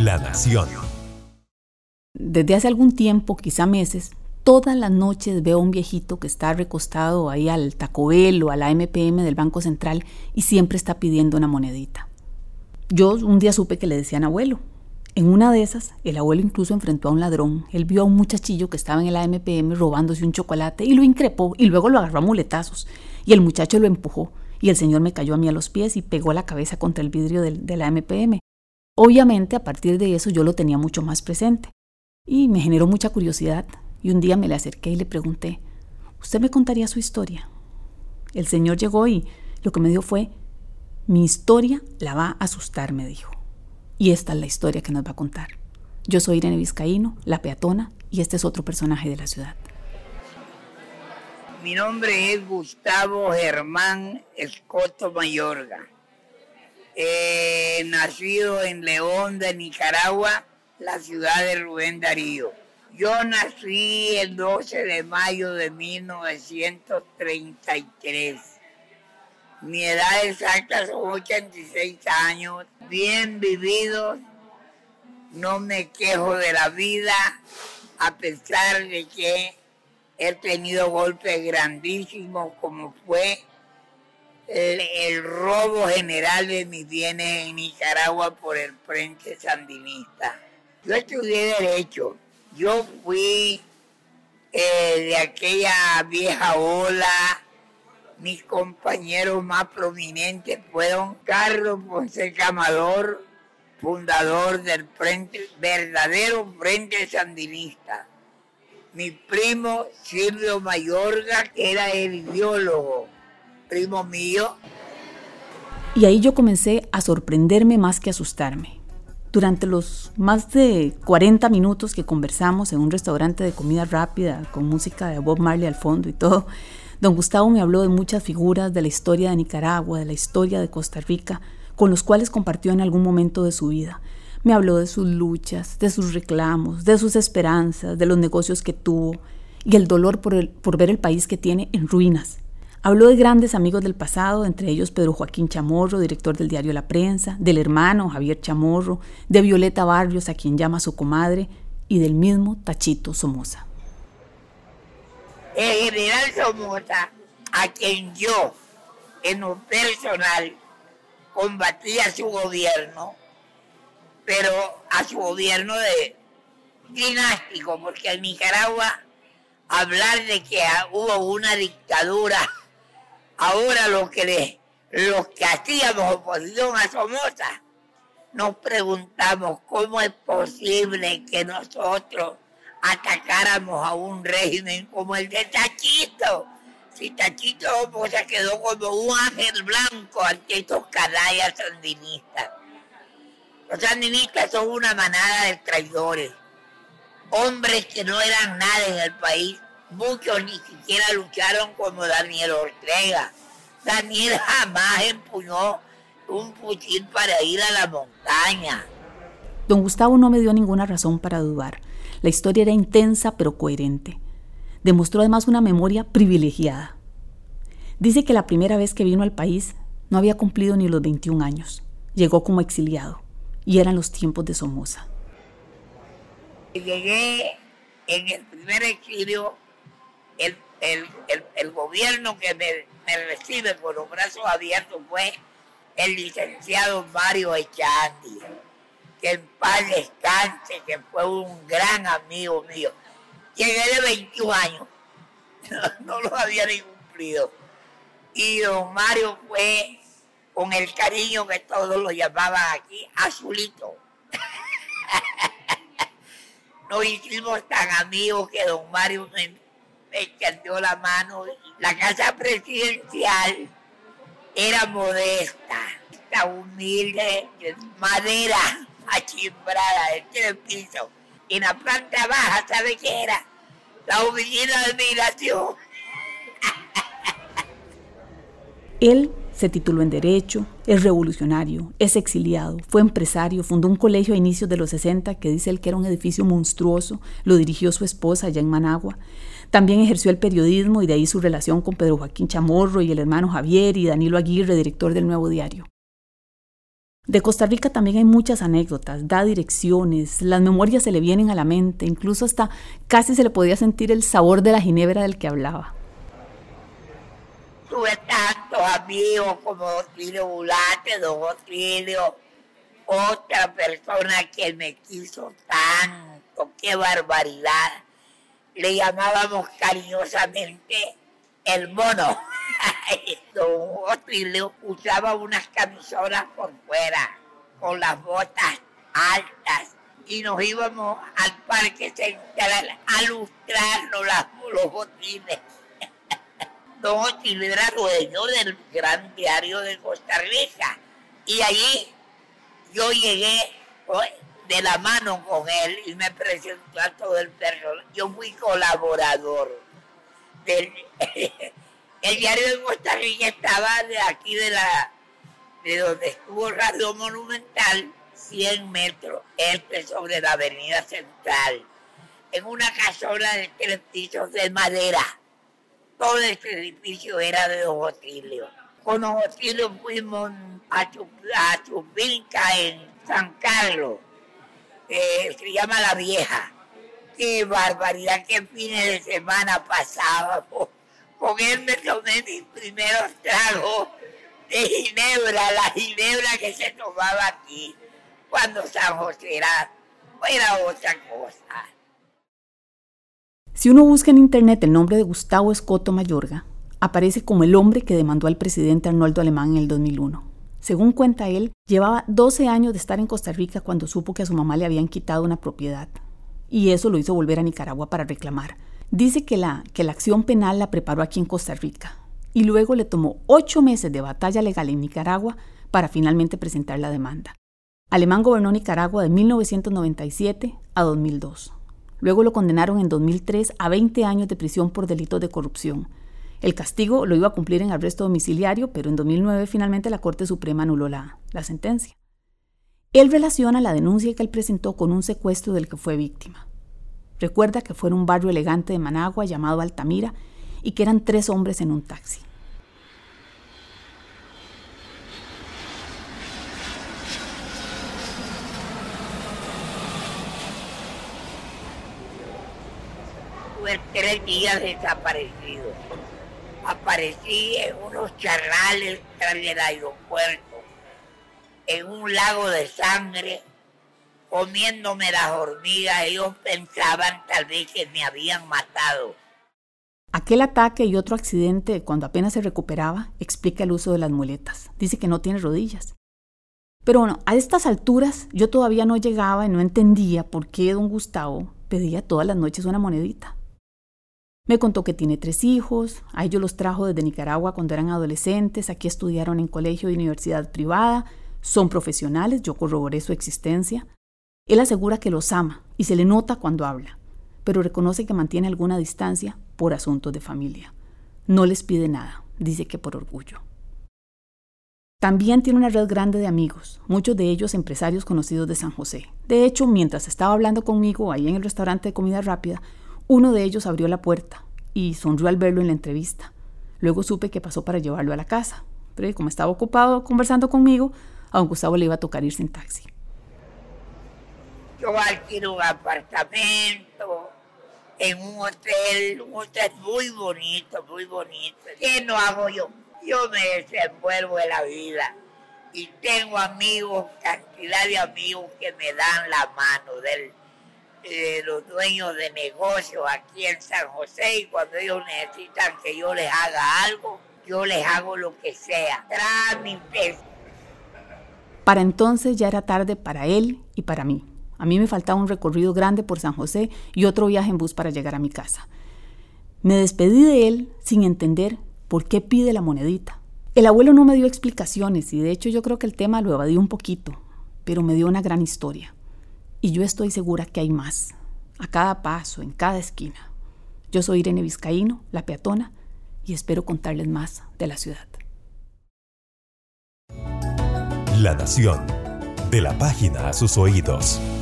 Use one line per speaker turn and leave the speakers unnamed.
La Nación.
Desde hace algún tiempo, quizá meses, todas las noches veo a un viejito que está recostado ahí al Taco Bell o a la MPM del Banco Central y siempre está pidiendo una monedita. Yo un día supe que le decían abuelo. En una de esas, el abuelo incluso enfrentó a un ladrón. Él vio a un muchachillo que estaba en el AMPM robándose un chocolate y lo increpó y luego lo agarró a muletazos. Y el muchacho lo empujó y el señor me cayó a mí a los pies y pegó la cabeza contra el vidrio de la AMPM. Obviamente, a partir de eso yo lo tenía mucho más presente y me generó mucha curiosidad. Y un día me le acerqué y le pregunté, ¿usted me contaría su historia? El señor llegó y lo que me dijo fue, mi historia la va a asustar, me dijo. Y esta es la historia que nos va a contar. Yo soy Irene Vizcaíno, la peatona, y este es otro personaje de la ciudad.
Mi nombre es Gustavo Germán Escoto Mayorga. Nacido en León de Nicaragua, la ciudad de Rubén Darío. Yo nací el 12 de mayo de 1933. Mi edad exacta son 86 años, bien vividos, no me quejo de la vida, a pesar de que he tenido golpes grandísimos como fue el robo general de mis bienes en Nicaragua por el Frente Sandinista. Yo estudié Derecho, yo fui de aquella vieja ola. Mis compañeros más prominentes fueron Carlos Fonseca Amador, fundador del verdadero Frente Sandinista. Mi primo Silvio Mayorga, que era el ideólogo, primo mío.
Y ahí yo comencé a sorprenderme más que a asustarme. Durante los más de 40 minutos que conversamos en un restaurante de comida rápida, con música de Bob Marley al fondo y todo, don Gustavo me habló de muchas figuras de la historia de Nicaragua, de la historia de Costa Rica, con los cuales compartió en algún momento de su vida. Me habló de sus luchas, de sus reclamos, de sus esperanzas, de los negocios que tuvo y el dolor por ver el país que tiene en ruinas. Habló de grandes amigos del pasado, entre ellos Pedro Joaquín Chamorro, director del diario La Prensa, del hermano Javier Chamorro, de Violeta Barrios, a quien llama su comadre, y del mismo Tachito Somoza.
El general Somoza, a quien yo, en lo personal, combatía su gobierno, pero a su gobierno dinástico, porque en Nicaragua hablar de que hubo una dictadura, ahora los que hacíamos oposición a Somoza, nos preguntamos cómo es posible que nosotros atacáramos a un régimen como el de Tachito. Si Tachito Somoza quedó como un ángel blanco ante estos canallas sandinistas. Los sandinistas son una manada de traidores, hombres que no eran nada en el país. Muchos ni siquiera lucharon como Daniel Ortega. Daniel jamás empuñó un fusil para ir a la montaña.
Don Gustavo no me dio ninguna razón para dudar. La historia era intensa pero coherente. Demostró además una memoria privilegiada. Dice que la primera vez que vino al país no había cumplido ni los 21 años. Llegó como exiliado y eran los tiempos de Somoza.
Llegué en el primer exilio, el gobierno que me recibe con los brazos abiertos fue el licenciado Mario Echandi, que en paz descanse, que fue un gran amigo mío. Llegué de 21 años, no lo había ni cumplido. Y don Mario fue, con el cariño que todos lo llamaban aquí, Azulito. Nos hicimos tan amigos que don Mario me extendió la mano. La casa presidencial era modesta, humilde, de madera achimbrada, de 3 pisos. En la planta baja, ¿sabe qué era? La oficina de migración.
Él se tituló en Derecho, es revolucionario, es exiliado, fue empresario, fundó un colegio a inicios de los 60 que dice él que era un edificio monstruoso, lo dirigió su esposa allá en Managua. También ejerció el periodismo y de ahí su relación con Pedro Joaquín Chamorro y el hermano Javier y Danilo Aguirre, director del Nuevo Diario. De Costa Rica también hay muchas anécdotas, da direcciones, las memorias se le vienen a la mente, incluso hasta casi se le podía sentir el sabor de la ginebra del que hablaba.
Tuve tantos amigos como Otilio Bulate, don Otilio, otra persona que me quiso tanto, qué barbaridad. Le llamábamos cariñosamente el mono. Don Otilio usaba unas camisolas por fuera, con las botas altas, y nos íbamos al Parque Central a lustrarnos los botines. Don Otilio era dueño del Gran Diario de Costa Rica, y allí yo llegué de la mano con él y me presentó a todo el personal. Yo fui colaborador del... El Diario de Costa Rica estaba de aquí de donde estuvo Radio Monumental, 100 metros, sobre la Avenida Central, en una casona de 3 pisos de madera. Todo ese edificio era de don Otilio. Con don Otilio fuimos a su finca en San Carlos, se llama La Vieja. ¡Qué barbaridad! ¡Qué fines de semana pasábamos! Con él me tomé mis primeros tragos de ginebra, la ginebra que se tomaba aquí, cuando San José era otra cosa.
Si uno busca en internet el nombre de Gustavo Escoto Mayorga, aparece como el hombre que demandó al presidente Arnoldo Alemán en el 2001. Según cuenta él, llevaba 12 años de estar en Costa Rica cuando supo que a su mamá le habían quitado una propiedad, y eso lo hizo volver a Nicaragua para reclamar. Dice que la acción penal la preparó aquí en Costa Rica y luego le tomó 8 meses de batalla legal en Nicaragua para finalmente presentar la demanda. Alemán gobernó Nicaragua de 1997 a 2002. Luego lo condenaron en 2003 a 20 años de prisión por delitos de corrupción. El castigo lo iba a cumplir en arresto domiciliario, pero en 2009 finalmente la Corte Suprema anuló la sentencia. Él relaciona la denuncia que él presentó con un secuestro del que fue víctima. Recuerda que fue en un barrio elegante de Managua llamado Altamira y que eran 3 hombres en un taxi.
Tuve 3 días desaparecido. Aparecí en unos charrales tras el aeropuerto, en un lago de sangre, comiéndome las hormigas. Ellos pensaban tal vez que me habían matado.
Aquel ataque y otro accidente, cuando apenas se recuperaba, explica el uso de las muletas. Dice que no tiene rodillas. Pero bueno, a estas alturas yo todavía no llegaba y no entendía por qué don Gustavo pedía todas las noches una monedita. Me contó que tiene 3 hijos, a ellos los trajo desde Nicaragua cuando eran adolescentes, aquí estudiaron en colegio y universidad privada, son profesionales, yo corroboré su existencia. Él asegura que los ama y se le nota cuando habla, pero reconoce que mantiene alguna distancia por asuntos de familia. No les pide nada, dice que por orgullo. También tiene una red grande de amigos, muchos de ellos empresarios conocidos de San José. De hecho, mientras estaba hablando conmigo ahí en el restaurante de comida rápida, uno de ellos abrió la puerta y sonrió al verlo en la entrevista. Luego supe que pasó para llevarlo a la casa, pero como estaba ocupado conversando conmigo, a don Gustavo le iba a tocar irse en taxi.
Yo alquilo un apartamento en un hotel muy bonito, muy bonito. ¿Qué no hago yo? Yo me desenvuelvo en la vida y tengo amigos, cantidad de amigos que me dan la mano de los dueños de negocios aquí en San José, y cuando ellos necesitan que yo les haga algo, yo les hago lo que sea, trámites.
Para entonces ya era tarde para él y para mí. A mí me faltaba un recorrido grande por San José y otro viaje en bus para llegar a mi casa. Me despedí de él sin entender por qué pide la monedita. El abuelo no me dio explicaciones y de hecho yo creo que el tema lo evadió un poquito, pero me dio una gran historia. Y yo estoy segura que hay más, a cada paso, en cada esquina. Yo soy Irene Vizcaíno, la peatona, y espero contarles más de la ciudad.
La Nación, de la página a sus oídos.